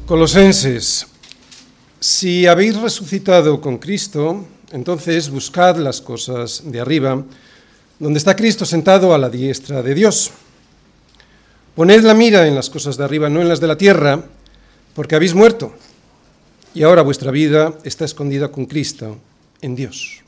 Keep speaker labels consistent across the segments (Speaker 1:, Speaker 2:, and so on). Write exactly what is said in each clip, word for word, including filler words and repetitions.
Speaker 1: Colosenses, si habéis resucitado con Cristo, entonces buscad las cosas de arriba, donde está Cristo sentado a la diestra de Dios. Poned la mira en las cosas de arriba, no en las de la tierra, porque habéis muerto, y ahora vuestra vida está escondida con Cristo en Dios.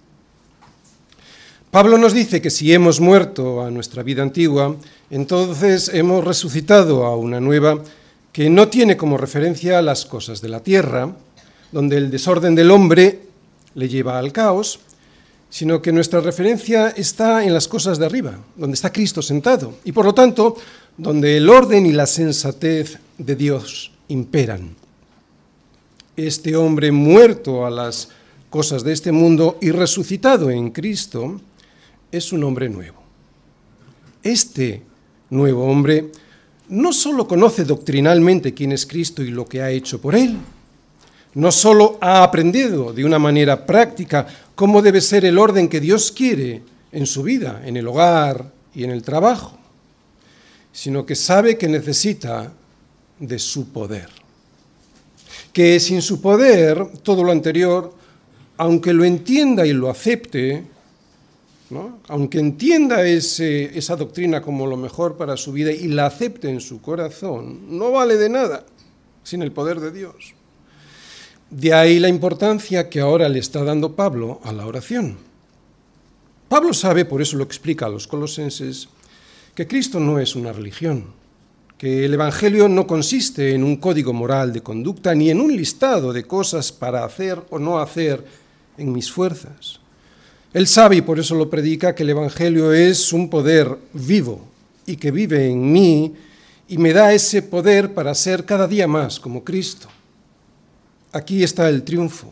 Speaker 1: Pablo nos dice que si hemos muerto a nuestra vida antigua, entonces hemos resucitado a una nueva que no tiene como referencia las cosas de la tierra, donde el desorden del hombre le lleva al caos, sino que nuestra referencia está en las cosas de arriba, donde está Cristo sentado, y por lo tanto, donde el orden y la sensatez de Dios imperan. Este hombre muerto a las cosas de este mundo y resucitado en Cristo es un hombre nuevo. Este nuevo hombre no solo conoce doctrinalmente quién es Cristo y lo que ha hecho por él, no solo ha aprendido de una manera práctica cómo debe ser el orden que Dios quiere en su vida, en el hogar y en el trabajo, sino que sabe que necesita de su poder. Que sin su poder, todo lo anterior, aunque lo entienda y lo acepte, ¿no? Aunque entienda ese, esa doctrina como lo mejor para su vida y la acepte en su corazón, no vale de nada sin el poder de Dios. De ahí la importancia que ahora le está dando Pablo a la oración. Pablo sabe, por eso lo explica a los colosenses, que Cristo no es una religión, que el Evangelio no consiste en un código moral de conducta ni en un listado de cosas para hacer o no hacer en mis fuerzas. Él sabe, y por eso lo predica, que el Evangelio es un poder vivo y que vive en mí y me da ese poder para ser cada día más como Cristo. Aquí está el triunfo,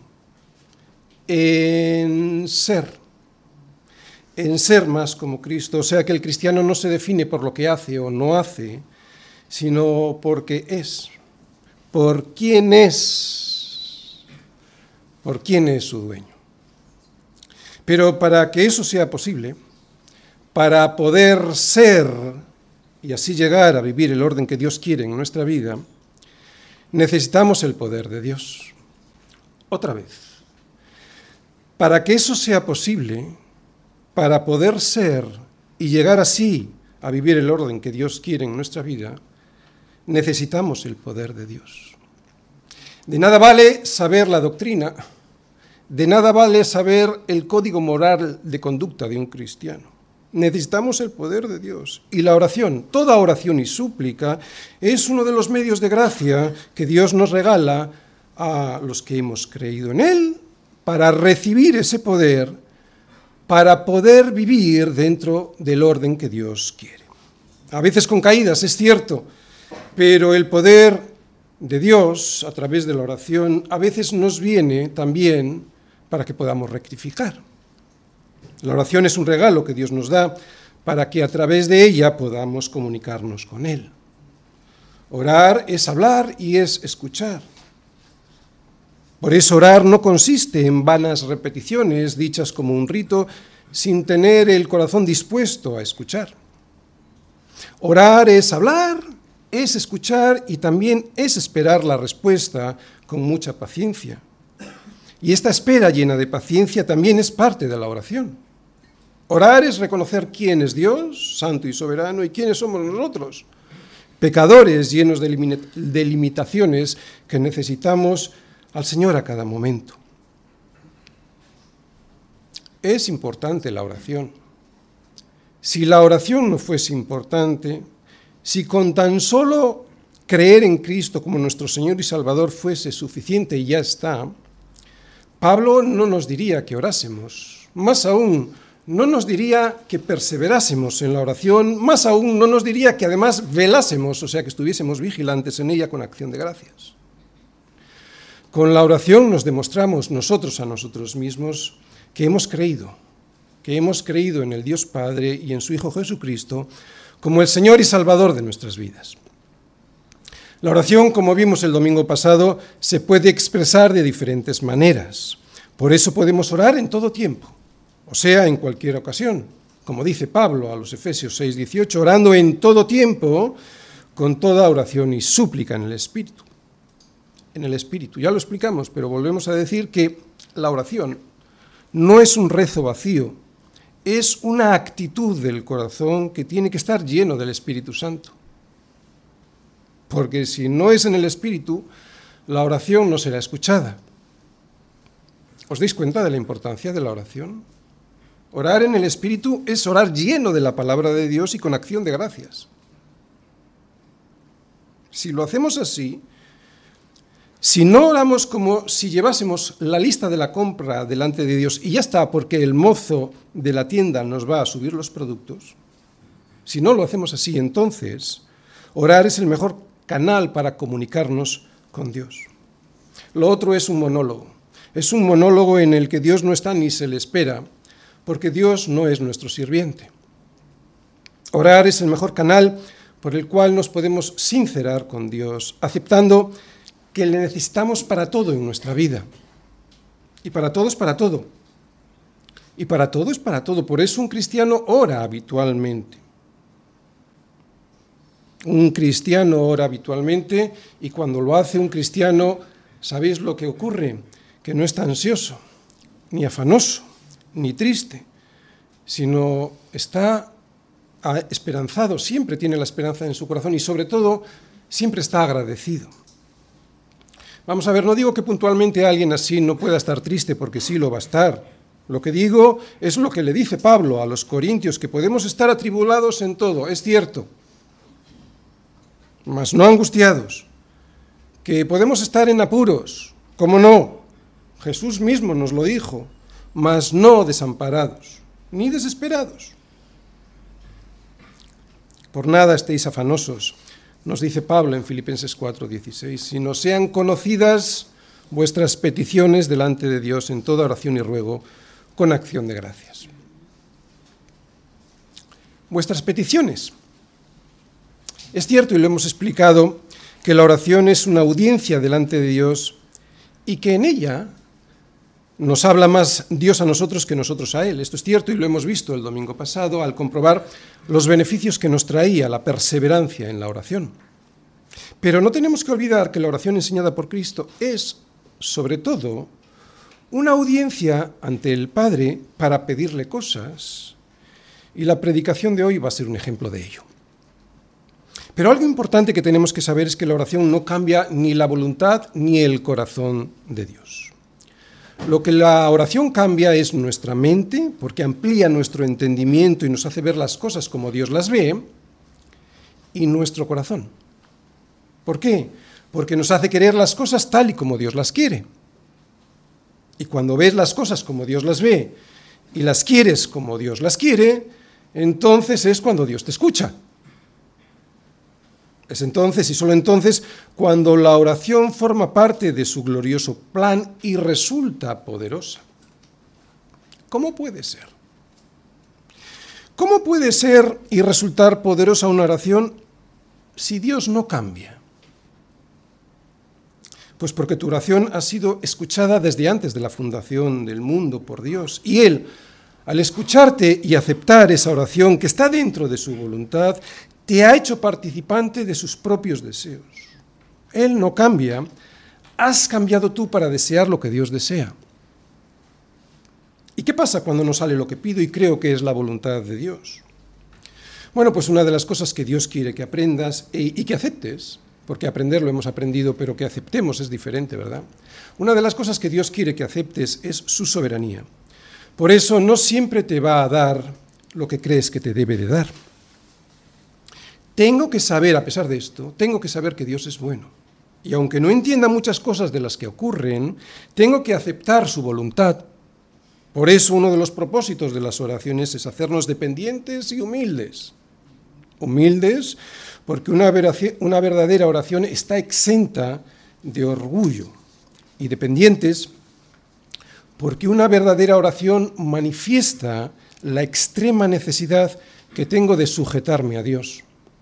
Speaker 1: en ser, en ser más como Cristo. O sea que el cristiano no se define por lo que hace o no hace, sino porque es, por quién es, por quién es su dueño. Pero para que eso sea posible, para poder ser y así llegar a vivir el orden que Dios quiere en nuestra vida, necesitamos el poder de Dios. Otra vez, para que eso sea posible, para poder ser y llegar así a vivir el orden que Dios quiere en nuestra vida, necesitamos el poder de Dios. De nada vale saber la doctrina, de nada vale saber el código moral de conducta de un cristiano. Necesitamos el poder de Dios. Y la oración, toda oración y súplica, es uno de los medios de gracia que Dios nos regala a los que hemos creído en Él para recibir ese poder, para poder vivir dentro del orden que Dios quiere. A veces con caídas, es cierto, pero el poder de Dios a través de la oración a veces nos viene también para que podamos rectificar. La oración es un regalo que Dios nos da para que a través de ella podamos comunicarnos con Él. Orar es hablar y es escuchar. Por eso orar no consiste en vanas repeticiones dichas como un rito sin tener el corazón dispuesto a escuchar. Orar es hablar, es escuchar y también es esperar la respuesta con mucha paciencia. Y esta espera llena de paciencia también es parte de la oración. Orar es reconocer quién es Dios, santo y soberano, y quiénes somos nosotros, pecadores llenos de, limita- de limitaciones que necesitamos al Señor a cada momento. Es importante la oración. Si la oración no fuese importante, si con tan solo creer en Cristo como nuestro Señor y Salvador fuese suficiente y ya está, Pablo no nos diría que orásemos, más aún, no nos diría que perseverásemos en la oración, más aún no nos diría que además velásemos, o sea, que estuviésemos vigilantes en ella con acción de gracias. Con la oración nos demostramos nosotros a nosotros mismos que hemos creído, que hemos creído en el Dios Padre y en su Hijo Jesucristo como el Señor y Salvador de nuestras vidas. La oración, como vimos el domingo pasado, se puede expresar de diferentes maneras. Por eso podemos orar en todo tiempo, o sea, en cualquier ocasión. Como dice Pablo a los Efesios seis dieciocho, orando en todo tiempo, con toda oración y súplica en el Espíritu. en el Espíritu. Ya lo explicamos, pero volvemos a decir que la oración no es un rezo vacío, es una actitud del corazón que tiene que estar lleno del Espíritu Santo. Porque si no es en el Espíritu, la oración no será escuchada. ¿Os dais cuenta de la importancia de la oración? Orar en el Espíritu es orar lleno de la palabra de Dios y con acción de gracias. Si lo hacemos así, si no oramos como si llevásemos la lista de la compra delante de Dios y ya está, porque el mozo de la tienda nos va a subir los productos, si no lo hacemos así, entonces orar es el mejor canal para comunicarnos con Dios. Lo otro es un monólogo. Es un monólogo en el que Dios no está ni se le espera, porque Dios no es nuestro sirviente. Orar es el mejor canal por el cual nos podemos sincerar con Dios, aceptando que le necesitamos para todo en nuestra vida. Y para todo es para todo. Y para todo es para todo. Por eso un cristiano ora habitualmente. Un cristiano ora habitualmente y cuando lo hace un cristiano, ¿sabéis lo que ocurre? Que no está ansioso, ni afanoso, ni triste, sino está esperanzado, siempre tiene la esperanza en su corazón y sobre todo siempre está agradecido. Vamos a ver, no digo que puntualmente alguien así no pueda estar triste, porque sí lo va a estar. Lo que digo es lo que le dice Pablo a los corintios, que podemos estar atribulados en todo, es cierto, mas no angustiados, que podemos estar en apuros, ¿cómo no? Jesús mismo nos lo dijo, mas no desamparados, ni desesperados. Por nada estéis afanosos, nos dice Pablo en Filipenses cuatro dieciséis, sino sean conocidas vuestras peticiones delante de Dios en toda oración y ruego, con acción de gracias. Vuestras peticiones. Es cierto, y lo hemos explicado, que la oración es una audiencia delante de Dios y que en ella nos habla más Dios a nosotros que nosotros a Él. Esto es cierto y lo hemos visto el domingo pasado al comprobar los beneficios que nos traía la perseverancia en la oración. Pero no tenemos que olvidar que la oración enseñada por Cristo es, sobre todo, una audiencia ante el Padre para pedirle cosas, y la predicación de hoy va a ser un ejemplo de ello. Pero algo importante que tenemos que saber es que la oración no cambia ni la voluntad ni el corazón de Dios. Lo que la oración cambia es nuestra mente, porque amplía nuestro entendimiento y nos hace ver las cosas como Dios las ve, y nuestro corazón. ¿Por qué? Porque nos hace querer las cosas tal y como Dios las quiere. Y cuando ves las cosas como Dios las ve y las quieres como Dios las quiere, entonces es cuando Dios te escucha. Es entonces y solo entonces cuando la oración forma parte de su glorioso plan y resulta poderosa. ¿Cómo puede ser? ¿Cómo puede ser y resultar poderosa una oración si Dios no cambia? Pues porque tu oración ha sido escuchada desde antes de la fundación del mundo por Dios. Y Él, al escucharte y aceptar esa oración que está dentro de su voluntad, te ha hecho participante de sus propios deseos. Él no cambia, has cambiado tú para desear lo que Dios desea. ¿Y qué pasa cuando no sale lo que pido y creo que es la voluntad de Dios? Bueno, pues una de las cosas que Dios quiere que aprendas y que aceptes, porque aprender lo hemos aprendido, pero que aceptemos es diferente, ¿verdad? Una de las cosas que Dios quiere que aceptes es su soberanía. Por eso no siempre te va a dar lo que crees que te debe de dar. Tengo que saber, a pesar de esto, tengo que saber que Dios es bueno. Y aunque no entienda muchas cosas de las que ocurren, tengo que aceptar su voluntad. Por eso uno de los propósitos de las oraciones es hacernos dependientes y humildes. Humildes porque una, una verdadera oración está exenta de orgullo. Y dependientes porque una verdadera oración manifiesta la extrema necesidad que tengo de sujetarme a Dios.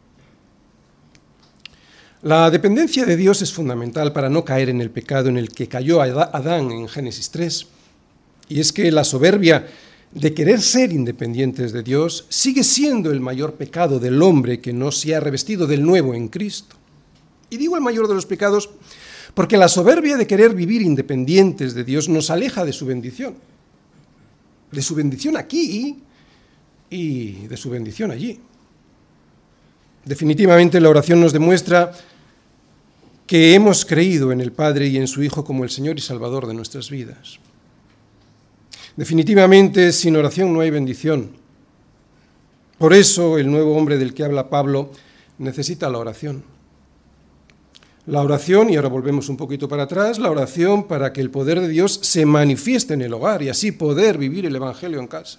Speaker 1: La dependencia de Dios es fundamental para no caer en el pecado en el que cayó Adán en Génesis tres. Y es que la soberbia de querer ser independientes de Dios sigue siendo el mayor pecado del hombre que no se ha revestido del nuevo en Cristo. Y digo el mayor de los pecados porque la soberbia de querer vivir independientes de Dios nos aleja de su bendición, de su bendición aquí y de su bendición allí. Definitivamente la oración nos demuestra que hemos creído en el Padre y en su Hijo como el Señor y Salvador de nuestras vidas. Definitivamente sin oración no hay bendición. Por eso el nuevo hombre del que habla Pablo necesita la oración. La oración, y ahora volvemos un poquito para atrás, la oración para que el poder de Dios se manifieste en el hogar y así poder vivir el Evangelio en casa.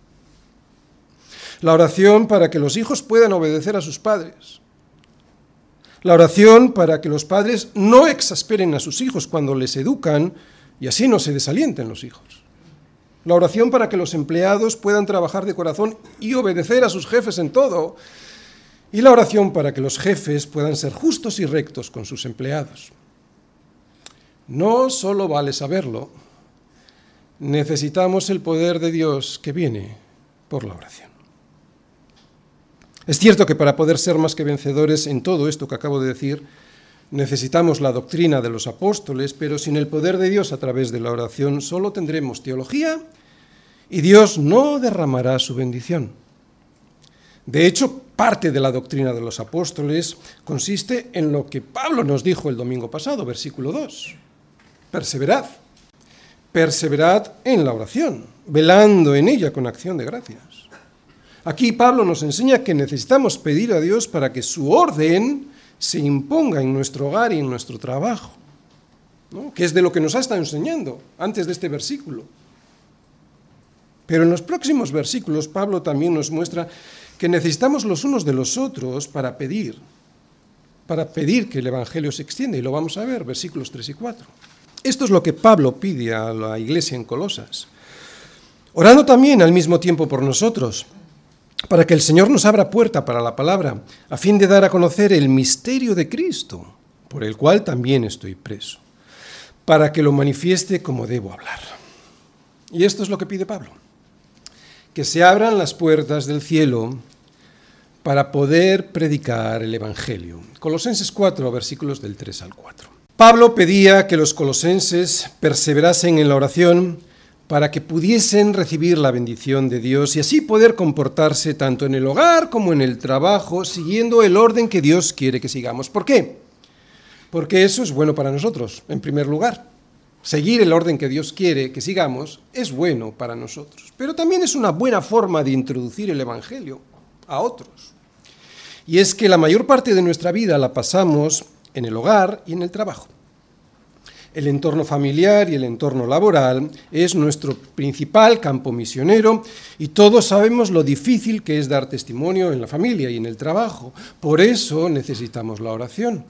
Speaker 1: La oración para que los hijos puedan obedecer a sus padres. La oración para que los padres no exasperen a sus hijos cuando les educan y así no se desalienten los hijos. La oración para que los empleados puedan trabajar de corazón y obedecer a sus jefes en todo. Y la oración para que los jefes puedan ser justos y rectos con sus empleados. No solo vale saberlo, necesitamos el poder de Dios que viene por la oración. Es cierto que para poder ser más que vencedores en todo esto que acabo de decir, necesitamos la doctrina de los apóstoles, pero sin el poder de Dios a través de la oración solo tendremos teología y Dios no derramará su bendición. De hecho, parte de la doctrina de los apóstoles consiste en lo que Pablo nos dijo el domingo pasado, versículo dos. Perseverad, perseverad en la oración, velando en ella con acción de gracias. Aquí Pablo nos enseña que necesitamos pedir a Dios para que su orden se imponga en nuestro hogar y en nuestro trabajo, ¿no? Que es de lo que nos ha estado enseñando antes de este versículo. Pero en los próximos versículos Pablo también nos muestra que necesitamos los unos de los otros para pedir, para pedir que el Evangelio se extienda, y lo vamos a ver, versículos tres y cuatro. Esto es lo que Pablo pide a la iglesia en Colosas, orando también al mismo tiempo por nosotros, para que el Señor nos abra puerta para la palabra, a fin de dar a conocer el misterio de Cristo, por el cual también estoy preso, para que lo manifieste como debo hablar. Y esto es lo que pide Pablo, que se abran las puertas del cielo para poder predicar el Evangelio. Colosenses cuatro, versículos del tres al cuatro. Pablo pedía que los colosenses perseverasen en la oración para que pudiesen recibir la bendición de Dios y así poder comportarse tanto en el hogar como en el trabajo, siguiendo el orden que Dios quiere que sigamos. ¿Por qué? Porque eso es bueno para nosotros, en primer lugar. Seguir el orden que Dios quiere que sigamos es bueno para nosotros, pero también es una buena forma de introducir el Evangelio a otros. Y es que la mayor parte de nuestra vida la pasamos en el hogar y en el trabajo. El entorno familiar y el entorno laboral es nuestro principal campo misionero y todos sabemos lo difícil que es dar testimonio en la familia y en el trabajo. Por eso necesitamos la oración.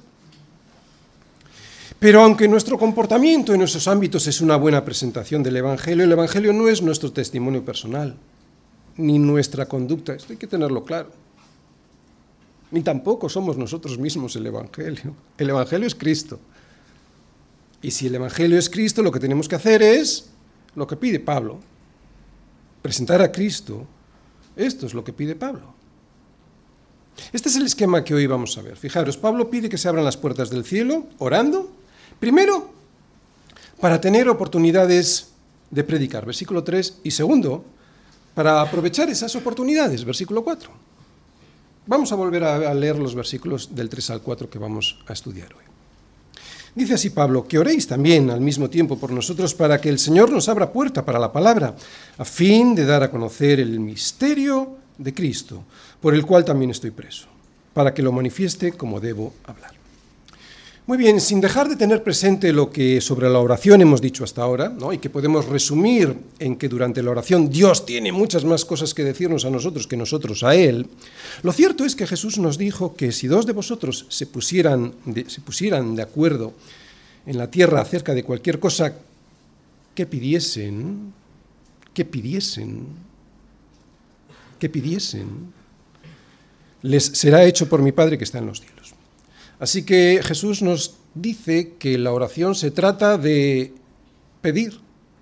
Speaker 1: Pero aunque nuestro comportamiento en esos ámbitos es una buena presentación del Evangelio, el Evangelio no es nuestro testimonio personal, ni nuestra conducta, esto hay que tenerlo claro. Ni tampoco somos nosotros mismos el Evangelio. El Evangelio es Cristo. Y si el Evangelio es Cristo, lo que tenemos que hacer es lo que pide Pablo. Presentar a Cristo. Esto es lo que pide Pablo. Este es el esquema que hoy vamos a ver. Fijaros, Pablo pide que se abran las puertas del cielo, orando. Primero, para tener oportunidades de predicar, versículo tres. Y segundo, para aprovechar esas oportunidades, versículo cuatro. Vamos a volver a leer los versículos del tres al cuatro que vamos a estudiar hoy. Dice así Pablo, que oréis también al mismo tiempo por nosotros para que el Señor nos abra puerta para la palabra, a fin de dar a conocer el misterio de Cristo, por el cual también estoy preso, para que lo manifieste como debo hablar. Muy bien, sin dejar de tener presente lo que sobre la oración hemos dicho hasta ahora, ¿no? Y que podemos resumir en que durante la oración Dios tiene muchas más cosas que decirnos a nosotros que nosotros a Él, lo cierto es que Jesús nos dijo que si dos de vosotros se pusieran de, se pusieran de acuerdo en la tierra acerca de cualquier cosa que pidiesen, que pidiesen, que pidiesen, les será hecho por mi Padre que está en los cielos. Así que Jesús nos dice que la oración se trata de pedir,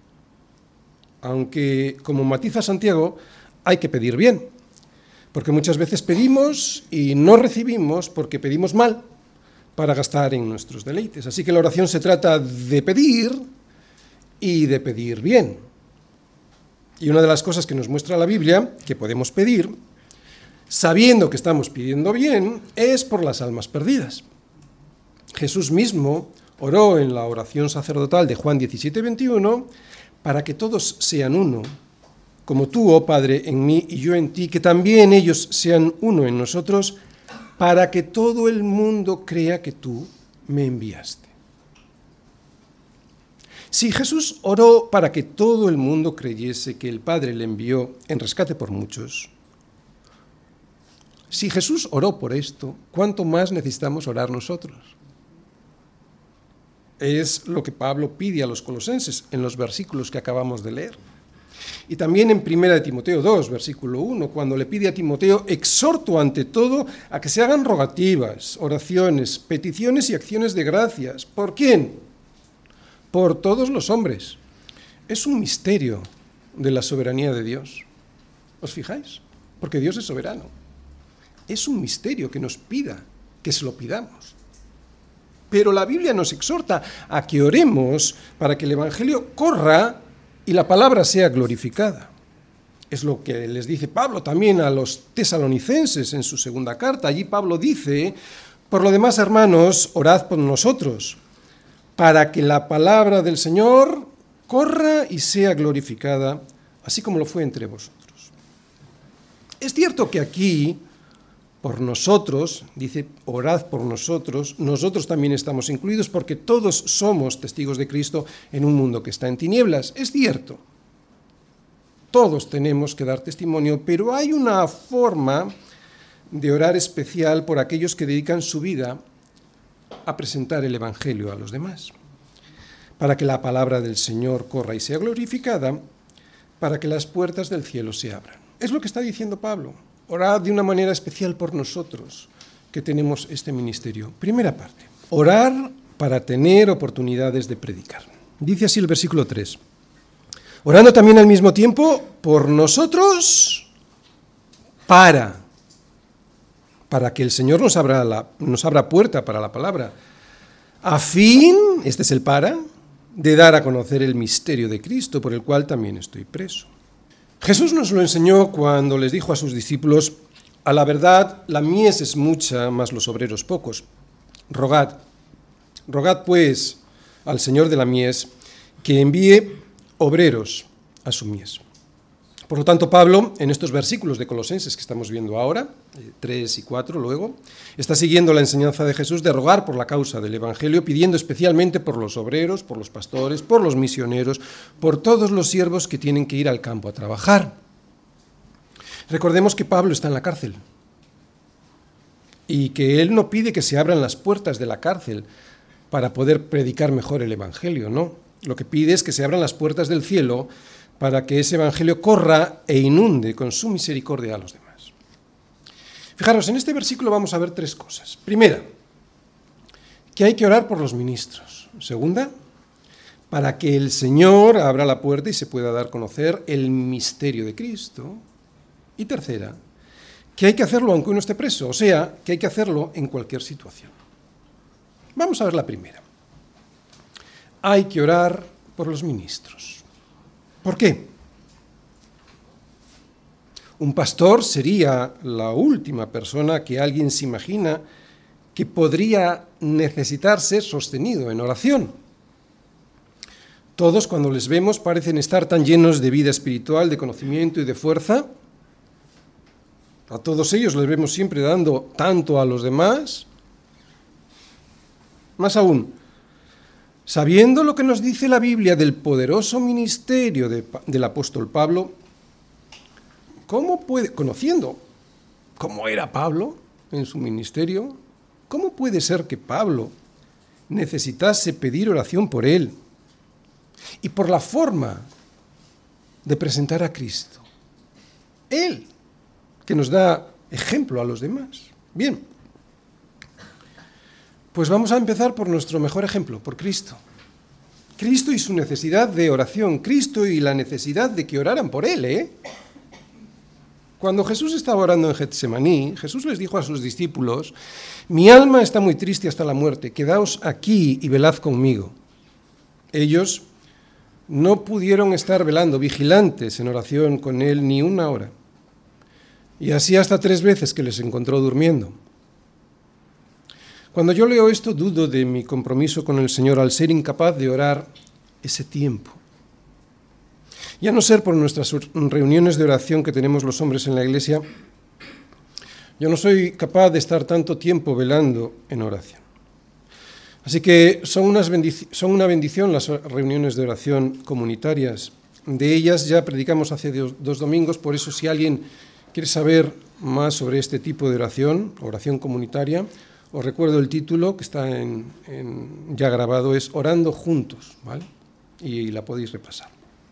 Speaker 1: aunque como matiza Santiago, hay que pedir bien, porque muchas veces pedimos y no recibimos porque pedimos mal, para gastar en nuestros deleites. Así que la oración se trata de pedir y de pedir bien. Y una de las cosas que nos muestra la Biblia, que podemos pedir, sabiendo que estamos pidiendo bien, es por las almas perdidas. Jesús mismo oró en la oración sacerdotal de Juan diecisiete veintiuno para que todos sean uno, como tú, oh Padre, en mí y yo en ti, que también ellos sean uno en nosotros, para que todo el mundo crea que tú me enviaste. Si Jesús oró para que todo el mundo creyese que el Padre le envió en rescate por muchos, si Jesús oró por esto, ¿cuánto más necesitamos orar nosotros? Es lo que Pablo pide a los colosenses en los versículos que acabamos de leer. Y también en primera de Timoteo dos, versículo uno, cuando le pide a Timoteo, exhorto ante todo a que se hagan rogativas, oraciones, peticiones y acciones de gracias. ¿Por quién? Por todos los hombres. Es un misterio de la soberanía de Dios. ¿Os fijáis? Porque Dios es soberano. Es un misterio que nos pida, que se lo pidamos. Pero la Biblia nos exhorta a que oremos para que el Evangelio corra y la palabra sea glorificada. Es lo que les dice Pablo también a los tesalonicenses en su segunda carta. Allí Pablo dice, por lo demás, hermanos, orad por nosotros, para que la palabra del Señor corra y sea glorificada, así como lo fue entre vosotros. Es cierto que aquí, por nosotros, dice, orad por nosotros, nosotros también estamos incluidos porque todos somos testigos de Cristo en un mundo que está en tinieblas. Es cierto, todos tenemos que dar testimonio, pero hay una forma de orar especial por aquellos que dedican su vida a presentar el Evangelio a los demás, para que la palabra del Señor corra y sea glorificada, para que las puertas del cielo se abran. Es lo que está diciendo Pablo. Orad de una manera especial por nosotros, que tenemos este ministerio. Primera parte, orar para tener oportunidades de predicar. Dice así el versículo tres. Orando también al mismo tiempo por nosotros, para, para que el Señor nos abra, la, nos abra puerta para la palabra, a fin, este es el para, de dar a conocer el misterio de Cristo, por el cual también estoy preso. Jesús nos lo enseñó cuando les dijo a sus discípulos, a la verdad, la mies es mucha, mas los obreros pocos. Rogad, rogad pues al Señor de la mies que envíe obreros a su mies. Por lo tanto, Pablo, en estos versículos de Colosenses que estamos viendo ahora, tres y cuatro luego, está siguiendo la enseñanza de Jesús de rogar por la causa del Evangelio, pidiendo especialmente por los obreros, por los pastores, por los misioneros, por todos los siervos que tienen que ir al campo a trabajar. Recordemos que Pablo está en la cárcel y que él no pide que se abran las puertas de la cárcel para poder predicar mejor el Evangelio, no. Lo que pide es que se abran las puertas del cielo para que ese Evangelio corra e inunde con su misericordia a los demás. Fijaros, en este versículo vamos a ver tres cosas. Primera, que hay que orar por los ministros. Segunda, para que el Señor abra la puerta y se pueda dar a conocer el misterio de Cristo. Y tercera, que hay que hacerlo aunque uno esté preso, o sea, que hay que hacerlo en cualquier situación. Vamos a ver la primera. Hay que orar por los ministros. ¿Por qué? Un pastor sería la última persona que alguien se imagina que podría necesitar ser sostenido en oración. Todos, cuando les vemos, parecen estar tan llenos de vida espiritual, de conocimiento y de fuerza. A todos ellos les vemos siempre dando tanto a los demás. Más aún, sabiendo lo que nos dice la Biblia del poderoso ministerio de, del apóstol Pablo, ¿cómo puede, conociendo cómo era Pablo en su ministerio, cómo puede ser que Pablo necesitase pedir oración por él y por la forma de presentar a Cristo? Él, que nos da ejemplo a los demás. Bien. Pues vamos a empezar por nuestro mejor ejemplo, por Cristo. Cristo y su necesidad de oración, Cristo y la necesidad de que oraran por Él, ¿eh? Cuando Jesús estaba orando en Getsemaní, Jesús les dijo a sus discípulos: mi alma está muy triste hasta la muerte, quedaos aquí y velad conmigo. Ellos no pudieron estar velando, vigilantes en oración con él ni una hora. Y así hasta tres veces que les encontró durmiendo. Cuando yo leo esto, dudo de mi compromiso con el Señor al ser incapaz de orar ese tiempo. Y a no ser por nuestras reuniones de oración que tenemos los hombres en la iglesia, yo no soy capaz de estar tanto tiempo velando en oración. Así que son, unas bendic- son una bendición las reuniones de oración comunitarias. De ellas ya predicamos hace dos, dos domingos, por eso si alguien quiere saber más sobre este tipo de oración, oración comunitaria, os recuerdo el título que está en, en, ya grabado, es Orando Juntos, ¿vale? Y, y la podéis repasar.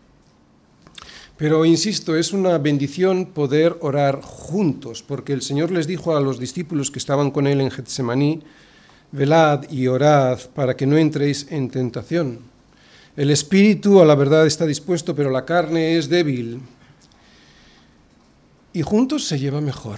Speaker 1: Pero insisto, es una bendición poder orar juntos, porque el Señor les dijo a los discípulos que estaban con él en Getsemaní: velad y orad para que no entréis en tentación. El espíritu a la verdad está dispuesto, pero la carne es débil. Y juntos se lleva mejor.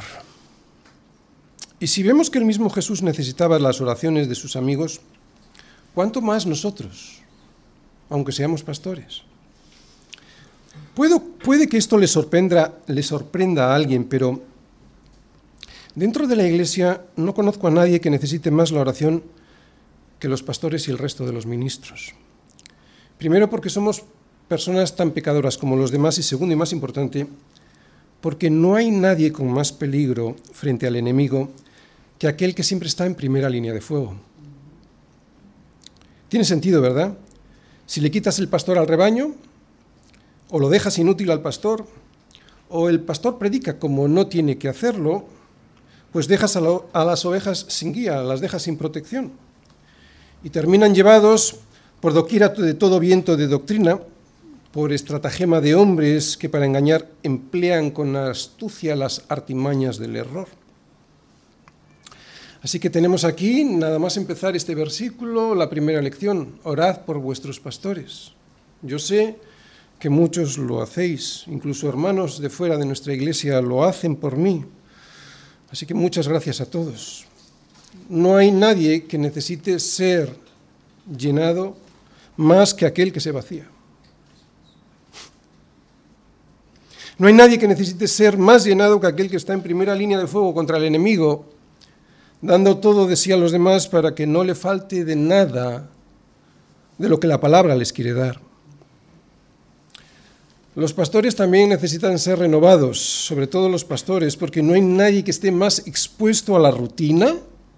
Speaker 1: Y si vemos que el mismo Jesús necesitaba las oraciones de sus amigos, ¿cuánto más nosotros, aunque seamos pastores? Puedo, puede que esto le sorprenda, le sorprenda a alguien, pero dentro de la iglesia no conozco a nadie que necesite más la oración que los pastores y el resto de los ministros. Primero, porque somos personas tan pecadoras como los demás, y segundo y más importante, porque no hay nadie con más peligro frente al enemigo que aquel que siempre está en primera línea de fuego. Tiene sentido, ¿verdad? Si le quitas el pastor al rebaño, o lo dejas inútil al pastor, o el pastor predica como no tiene que hacerlo, pues dejas a, lo, a las ovejas sin guía, las dejas sin protección. Y terminan llevados por doquiera de todo viento de doctrina, por estratagema de hombres que para engañar emplean con astucia las artimañas del error. Así que tenemos aquí, nada más empezar este versículo, la primera lección: orad por vuestros pastores. Yo sé que muchos lo hacéis, incluso hermanos de fuera de nuestra iglesia lo hacen por mí. Así que muchas gracias a todos. No hay nadie que necesite ser llenado más que aquel que se vacía. No hay nadie que necesite ser más llenado que aquel que está en primera línea de fuego contra el enemigo, dando todo de sí a los demás para que no le falte de nada de lo que la palabra les quiere dar. Los pastores también necesitan ser renovados, sobre todo los pastores, porque no hay nadie que esté más expuesto a la rutina,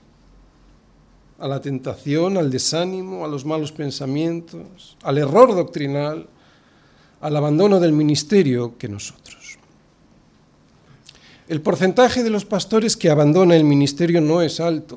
Speaker 1: a la tentación, al desánimo, a los malos pensamientos, al error doctrinal, al abandono del ministerio que nosotros. El porcentaje de los pastores que abandona el ministerio no es alto,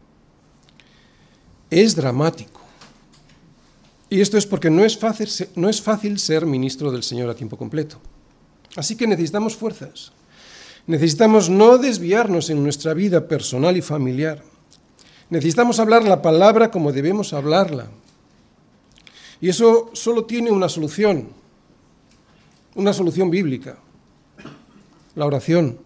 Speaker 1: es dramático. Y esto es porque no es fácil, no es fácil ser ministro del Señor a tiempo completo. Así que necesitamos fuerzas. Necesitamos no desviarnos en nuestra vida personal y familiar. Necesitamos hablar la palabra como debemos hablarla. Y eso solo tiene una solución, una solución bíblica: la oración.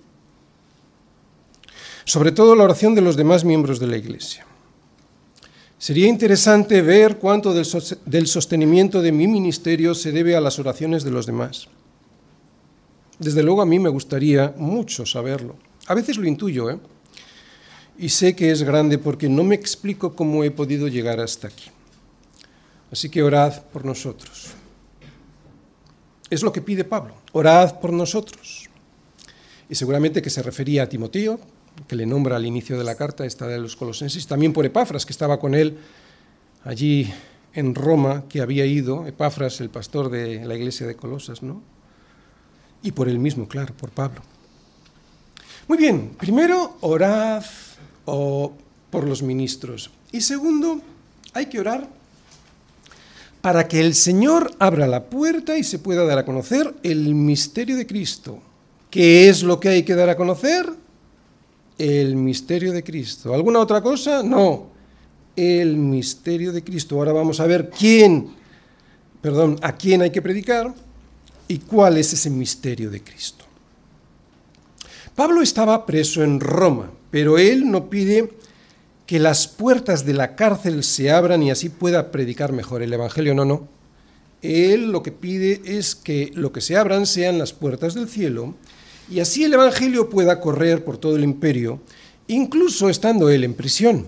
Speaker 1: Sobre todo la oración de los demás miembros de la Iglesia. Sería interesante ver cuánto del sostenimiento de mi ministerio se debe a las oraciones de los demás. Desde luego a mí me gustaría mucho saberlo. A veces lo intuyo, ¿eh? Y sé que es grande porque no me explico cómo he podido llegar hasta aquí. Así que orad por nosotros. Es lo que pide Pablo: orad por nosotros. Y seguramente que se refería a Timoteo, que le nombra al inicio de la carta, esta de los Colosenses, también por Epafras, que estaba con él allí en Roma, que había ido, Epafras, el pastor de la iglesia de Colosas, ¿no? Y por él mismo, claro, por Pablo. Muy bien, primero, orad o por los ministros. Y segundo, hay que orar para que el Señor abra la puerta y se pueda dar a conocer el misterio de Cristo. ¿Qué es lo que hay que dar a conocer? El misterio de Cristo. ¿Alguna otra cosa? No. El misterio de Cristo. Ahora vamos a ver quién, perdón, a quién hay que predicar y cuál es ese misterio de Cristo. Pablo estaba preso en Roma, pero él no pide que las puertas de la cárcel se abran y así pueda predicar mejor el Evangelio, no, no. Él lo que pide es que lo que se abran sean las puertas del cielo y así el Evangelio pueda correr por todo el imperio, incluso estando él en prisión.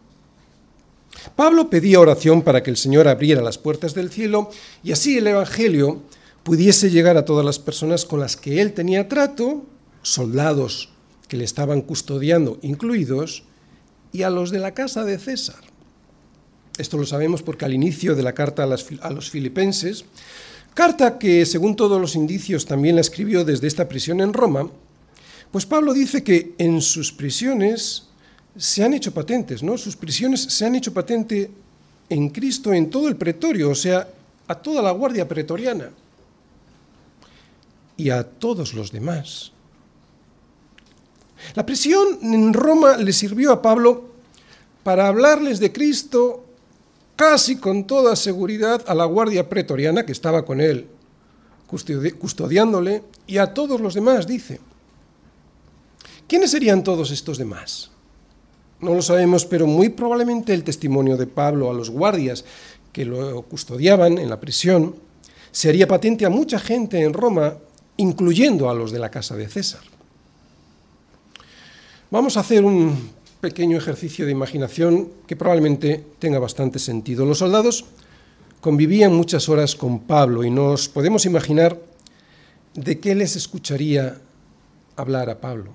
Speaker 1: Pablo pedía oración para que el Señor abriera las puertas del cielo y así el Evangelio pudiese llegar a todas las personas con las que él tenía trato, soldados que le estaban custodiando incluidos, y a los de la casa de César. Esto lo sabemos porque al inicio de la carta a, las, a los filipenses, carta que según todos los indicios también la escribió desde esta prisión en Roma, pues Pablo dice que en sus prisiones se han hecho patentes, ¿no? Sus prisiones se han hecho patente en Cristo en todo el pretorio, o sea, a toda la guardia pretoriana y a todos los demás. La prisión en Roma le sirvió a Pablo para hablarles de Cristo casi con toda seguridad a la guardia pretoriana que estaba con él, custodiándole, y a todos los demás, dice. ¿Quiénes serían todos estos demás? No lo sabemos, pero muy probablemente el testimonio de Pablo a los guardias que lo custodiaban en la prisión se haría patente a mucha gente en Roma, incluyendo a los de la casa de César. Vamos a hacer un pequeño ejercicio de imaginación que probablemente tenga bastante sentido. Los soldados convivían muchas horas con Pablo y nos podemos imaginar de qué les escucharía hablar a Pablo.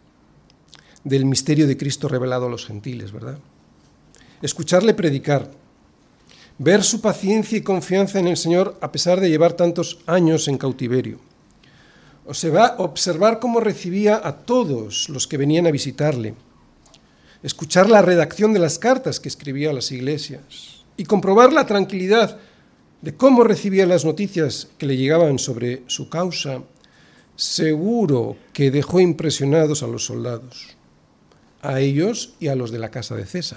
Speaker 1: Del misterio de Cristo revelado a los gentiles, ¿verdad? Escucharle predicar, ver su paciencia y confianza en el Señor a pesar de llevar tantos años en cautiverio. Observar cómo recibía a todos los que venían a visitarle, escuchar la redacción de las cartas que escribía a las iglesias y comprobar la tranquilidad de cómo recibía las noticias que le llegaban sobre su causa, seguro que dejó impresionados a los soldados, a ellos y a los de la casa de César.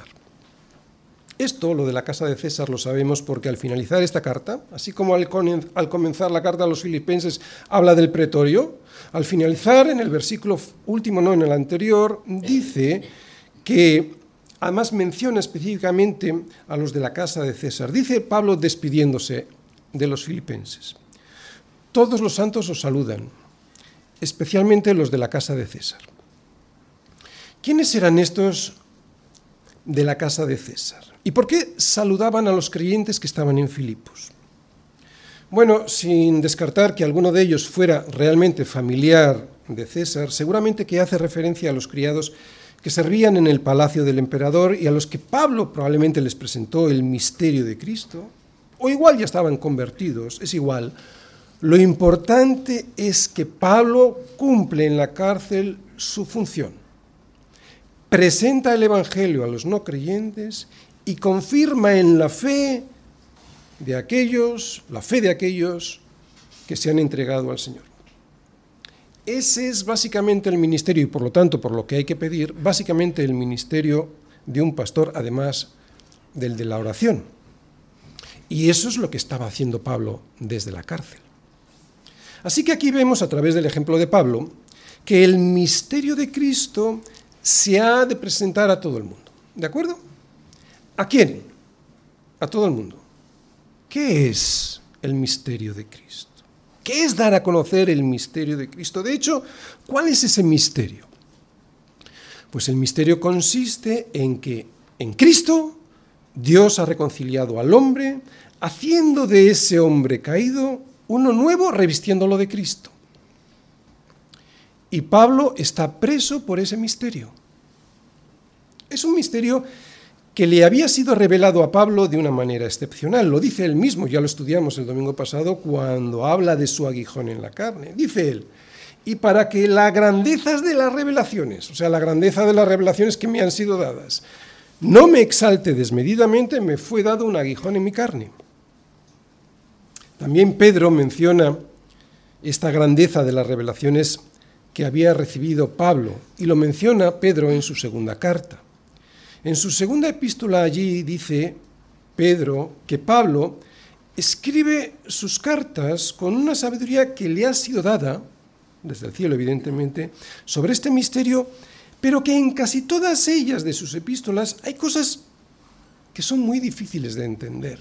Speaker 1: Esto, lo de la casa de César, lo sabemos porque al finalizar esta carta, así como al, con, al comenzar la carta a los filipenses habla del pretorio, al finalizar en el versículo último, no en el anterior, dice que además menciona específicamente a los de la casa de César. Dice Pablo despidiéndose de los filipenses: todos los santos os saludan, especialmente los de la casa de César. ¿Quiénes eran estos de la casa de César? ¿Y por qué saludaban a los creyentes que estaban en Filipos? Bueno, sin descartar que alguno de ellos fuera realmente familiar de César, seguramente que hace referencia a los criados que servían en el palacio del emperador y a los que Pablo probablemente les presentó el misterio de Cristo, o igual ya estaban convertidos, es igual. Lo importante es que Pablo cumple en la cárcel su función. Presenta el Evangelio a los no creyentes y confirma en la fe de aquellos, la fe de aquellos que se han entregado al Señor. Ese es básicamente el ministerio y por lo tanto, por lo que hay que pedir, básicamente el ministerio de un pastor, además del de la oración. Y eso es lo que estaba haciendo Pablo desde la cárcel. Así que aquí vemos a través del ejemplo de Pablo que el misterio de Cristo se ha de presentar a todo el mundo. ¿De acuerdo? ¿A quién? A todo el mundo. ¿Qué es el misterio de Cristo? ¿Qué es dar a conocer el misterio de Cristo? De hecho, ¿cuál es ese misterio? Pues el misterio consiste en que en Cristo Dios ha reconciliado al hombre, haciendo de ese hombre caído uno nuevo, revistiéndolo de Cristo. Y Pablo está preso por ese misterio. Es un misterio que le había sido revelado a Pablo de una manera excepcional. Lo dice él mismo, ya lo estudiamos el domingo pasado cuando habla de su aguijón en la carne. Dice él: y para que las grandezas de las revelaciones, o sea, la grandeza de las revelaciones que me han sido dadas, no me exalte desmedidamente, me fue dado un aguijón en mi carne. También Pedro menciona esta grandeza de las revelaciones que había recibido Pablo, y lo menciona Pedro en su segunda carta. En su segunda epístola allí dice Pedro que Pablo escribe sus cartas con una sabiduría que le ha sido dada desde el cielo evidentemente, sobre este misterio, pero que en casi todas ellas de sus epístolas hay cosas que son muy difíciles de entender.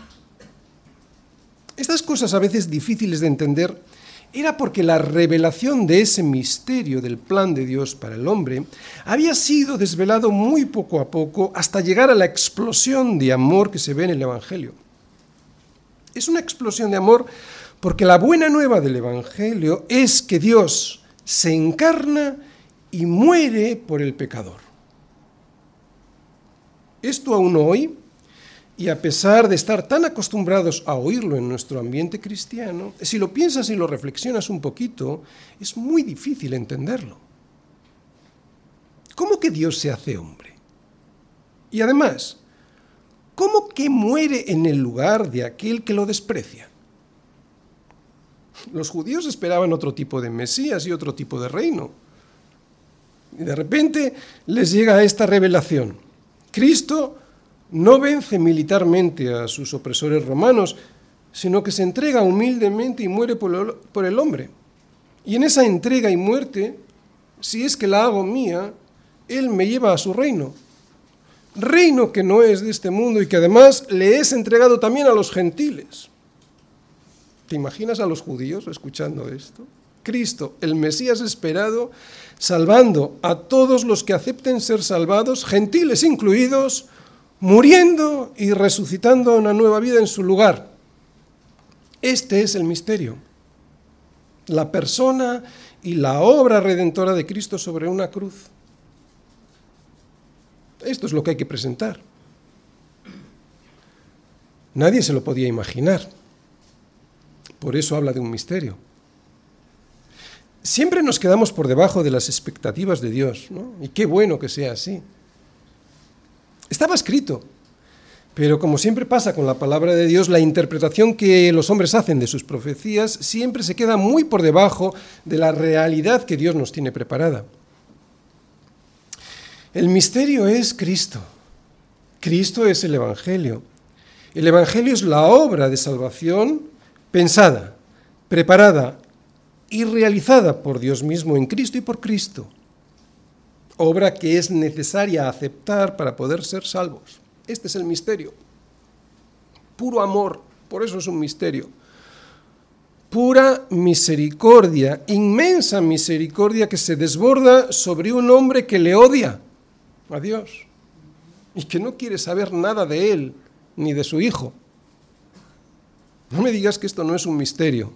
Speaker 1: Estas cosas a veces difíciles de entender era porque la revelación de ese misterio del plan de Dios para el hombre había sido desvelado muy poco a poco hasta llegar a la explosión de amor que se ve en el Evangelio. Es una explosión de amor porque la buena nueva del Evangelio es que Dios se encarna y muere por el pecador. Esto aún hoy, y a pesar de estar tan acostumbrados a oírlo en nuestro ambiente cristiano, si lo piensas y lo reflexionas un poquito, es muy difícil entenderlo. ¿Cómo que Dios se hace hombre? Y además, ¿cómo que muere en el lugar de aquel que lo desprecia? Los judíos esperaban otro tipo de Mesías y otro tipo de reino. Y de repente les llega esta revelación. Cristo no vence militarmente a sus opresores romanos, sino que se entrega humildemente y muere por el hombre. Y en esa entrega y muerte, si es que la hago mía, Él me lleva a su reino. Reino que no es de este mundo y que además le es entregado también a los gentiles. ¿Te imaginas a los judíos escuchando esto? Cristo, el Mesías esperado, salvando a todos los que acepten ser salvados, gentiles incluidos, muriendo y resucitando una nueva vida en su lugar. Este es el misterio. La persona y la obra redentora de Cristo sobre una cruz. Esto es lo que hay que presentar. Nadie se lo podía imaginar. Por eso habla de un misterio. Siempre nos quedamos por debajo de las expectativas de Dios, ¿no? Y qué bueno que sea así. Estaba escrito, pero como siempre pasa con la palabra de Dios, la interpretación que los hombres hacen de sus profecías siempre se queda muy por debajo de la realidad que Dios nos tiene preparada. El misterio es Cristo. Cristo es el Evangelio. El Evangelio es la obra de salvación pensada, preparada y realizada por Dios mismo en Cristo y por Cristo. Obra que es necesaria aceptar para poder ser salvos. Este es el misterio. Puro amor, por eso es un misterio. Pura misericordia, inmensa misericordia que se desborda sobre un hombre que le odia a Dios y que no quiere saber nada de él ni de su hijo. No me digas que esto no es un misterio.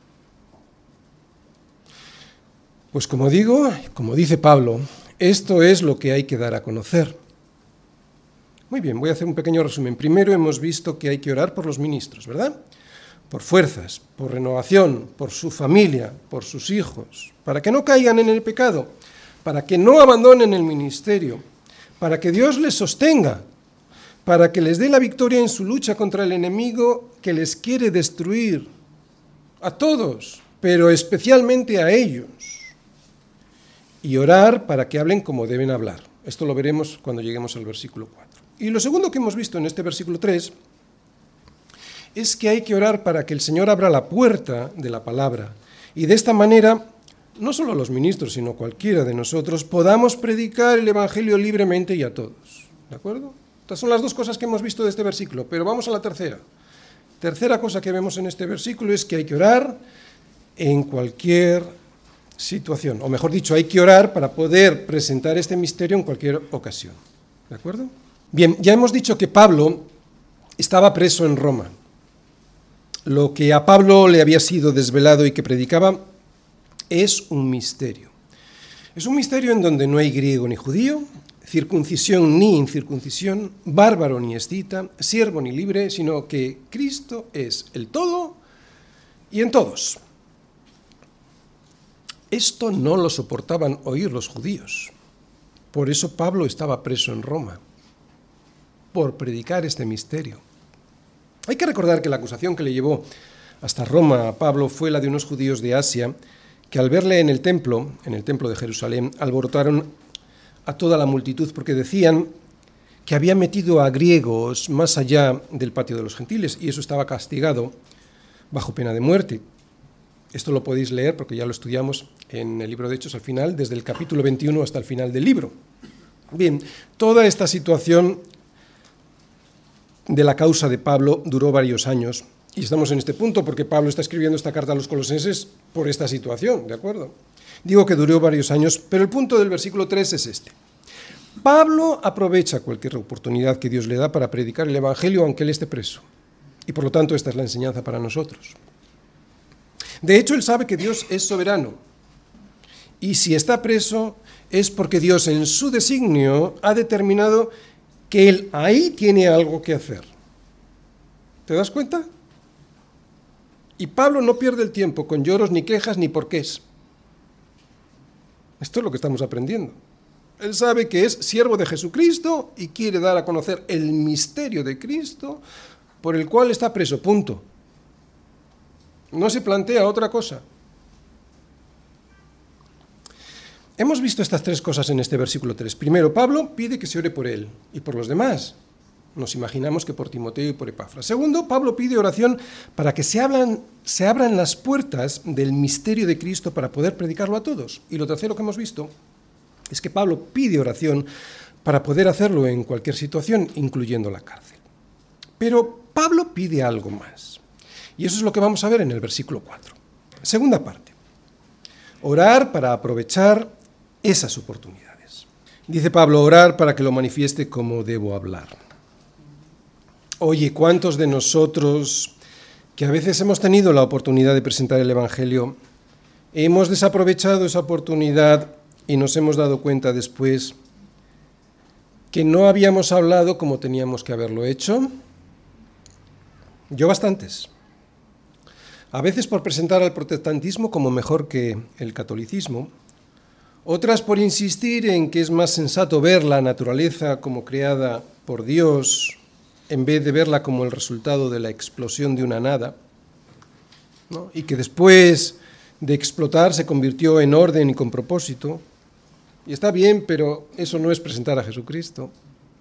Speaker 1: Pues como digo, como dice Pablo, esto es lo que hay que dar a conocer. Muy bien, voy a hacer un pequeño resumen. Primero hemos visto que hay que orar por los ministros, ¿verdad? Por fuerzas, por renovación, por su familia, por sus hijos, para que no caigan en el pecado, para que no abandonen el ministerio, para que Dios les sostenga, para que les dé la victoria en su lucha contra el enemigo que les quiere destruir, a todos, pero especialmente a ellos. Y orar para que hablen como deben hablar. Esto lo veremos cuando lleguemos al versículo cuatro. Y lo segundo que hemos visto en este versículo tres es que hay que orar para que el Señor abra la puerta de la palabra. Y de esta manera, no solo los ministros, sino cualquiera de nosotros, podamos predicar el Evangelio libremente y a todos. ¿De acuerdo? Estas son las dos cosas que hemos visto de este versículo, pero vamos a la tercera. Tercera cosa que vemos en este versículo es que hay que orar en cualquier situación, o mejor dicho, hay que orar para poder presentar este misterio en cualquier ocasión. ¿De acuerdo? Bien, ya hemos dicho que Pablo estaba preso en Roma. Lo que a Pablo le había sido desvelado y que predicaba es un misterio. Es un misterio en donde no hay griego ni judío, circuncisión ni incircuncisión, bárbaro ni escita, siervo ni libre, sino que Cristo es el todo y en todos. Esto no lo soportaban oír los judíos. Por eso Pablo estaba preso en Roma, por predicar este misterio. Hay que recordar que la acusación que le llevó hasta Roma a Pablo fue la de unos judíos de Asia que al verle en el templo, en el templo de Jerusalén, alborotaron a toda la multitud porque decían que había metido a griegos más allá del patio de los gentiles y eso estaba castigado bajo pena de muerte. Esto lo podéis leer porque ya lo estudiamos en el libro de Hechos al final, desde el capítulo veintiuno hasta el final del libro. Bien, toda esta situación de la causa de Pablo duró varios años. Y estamos en este punto porque Pablo está escribiendo esta carta a los colosenses por esta situación, ¿de acuerdo? Digo que duró varios años, pero el punto del versículo tres es este. Pablo aprovecha cualquier oportunidad que Dios le da para predicar el Evangelio aunque él esté preso. Y por lo tanto esta es la enseñanza para nosotros. De hecho, él sabe que Dios es soberano. Y si está preso es porque Dios en su designio ha determinado que él ahí tiene algo que hacer. ¿Te das cuenta? Y Pablo no pierde el tiempo con lloros, ni quejas, ni porqués. Esto es lo que estamos aprendiendo. Él sabe que es siervo de Jesucristo y quiere dar a conocer el misterio de Cristo por el cual está preso, punto. No se plantea otra cosa. Hemos visto estas tres cosas en este versículo tres. Primero, Pablo pide que se ore por él y por los demás. Nos imaginamos que por Timoteo y por Epafras. Segundo, Pablo pide oración para que se, hablan, se abran las puertas del misterio de Cristo para poder predicarlo a todos. Y lo tercero que hemos visto es que Pablo pide oración para poder hacerlo en cualquier situación, incluyendo la cárcel. Pero Pablo pide algo más. Y eso es lo que vamos a ver en el versículo cuatro. Segunda parte. Orar para aprovechar esas oportunidades. Dice Pablo, orar para que lo manifieste como debo hablar. Oye, ¿cuántos de nosotros que a veces hemos tenido la oportunidad de presentar el Evangelio, hemos desaprovechado esa oportunidad y nos hemos dado cuenta después que no habíamos hablado como teníamos que haberlo hecho? Yo bastantes. A veces por presentar al protestantismo como mejor que el catolicismo, otras por insistir en que es más sensato ver la naturaleza como creada por Dios en vez de verla como el resultado de la explosión de una nada, ¿no? Y que después de explotar se convirtió en orden y con propósito. Y está bien, pero eso no es presentar a Jesucristo.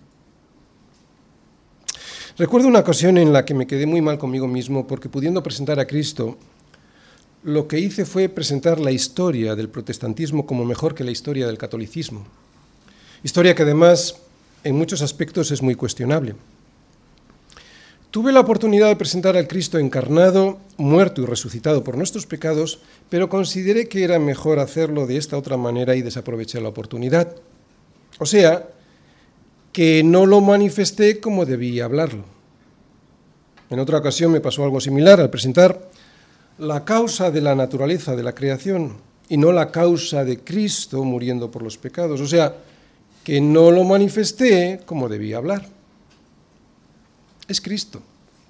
Speaker 1: Recuerdo una ocasión en la que me quedé muy mal conmigo mismo porque pudiendo presentar a Cristo, lo que hice fue presentar la historia del protestantismo como mejor que la historia del catolicismo. Historia que además en muchos aspectos es muy cuestionable. Tuve la oportunidad de presentar al Cristo encarnado, muerto y resucitado por nuestros pecados, pero consideré que era mejor hacerlo de esta otra manera y desaproveché la oportunidad. O sea, que no lo manifesté como debía hablarlo. En otra ocasión me pasó algo similar al presentar la causa de la naturaleza de la creación y no la causa de Cristo muriendo por los pecados. O sea, que no lo manifesté como debía hablar. Es Cristo.